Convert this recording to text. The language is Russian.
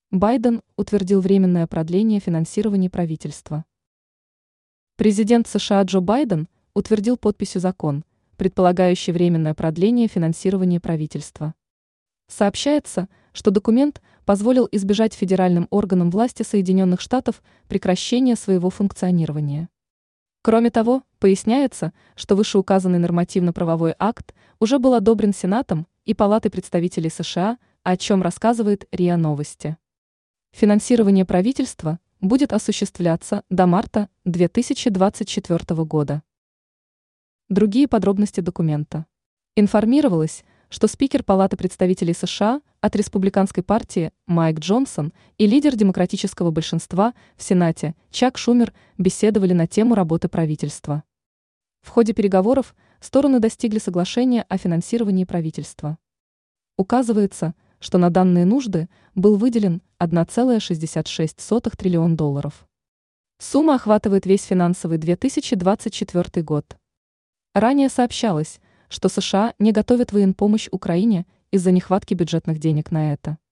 Байден утвердил временное продление финансирования правительства. Президент США Джо Байден утвердил подписью закон, предполагающий временное продление финансирования правительства. Сообщается, что документ позволил избежать федеральным органам власти Соединенных Штатов прекращения своего функционирования. Кроме того, поясняется, что вышеуказанный нормативно-правовой акт уже был одобрен Сенатом и Палатой представителей США, о чем рассказывает РИА Новости. Финансирование правительства будет осуществляться до марта 2024 года. Другие подробности документа. Информировалось, что спикер Палаты представителей США от республиканской партии Майк Джонсон и лидер демократического большинства в Сенате Чак Шумер беседовали на тему работы правительства. В ходе переговоров стороны достигли соглашения о финансировании правительства. Указывается, что на данные нужды был выделен 1,66 триллиона долларов. Сумма охватывает весь финансовый 2024 год. Ранее сообщалось, что США не готовят военпомощь Украине из-за нехватки бюджетных денег на это.